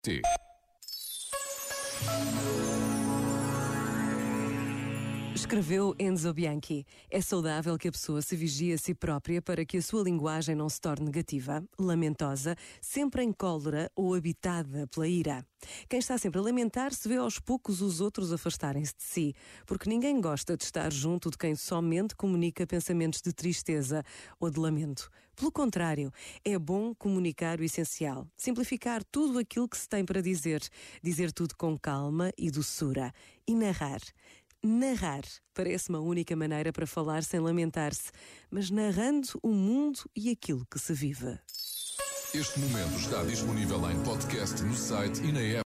T. Escreveu Enzo Bianchi. É saudável que a pessoa se vigie a si própria para que a sua linguagem não se torne negativa, lamentosa, sempre em cólera ou habitada pela ira. Quem está sempre a lamentar-se vê aos poucos os outros afastarem-se de si, porque ninguém gosta de estar junto de quem somente comunica pensamentos de tristeza ou de lamento. Pelo contrário, é bom comunicar o essencial, simplificar tudo aquilo que se tem para dizer tudo com calma e doçura e narrar. Narrar parece uma única maneira para falar sem lamentar-se, mas narrando o mundo e aquilo que se vive. Este momento está disponível em podcast no site e na app.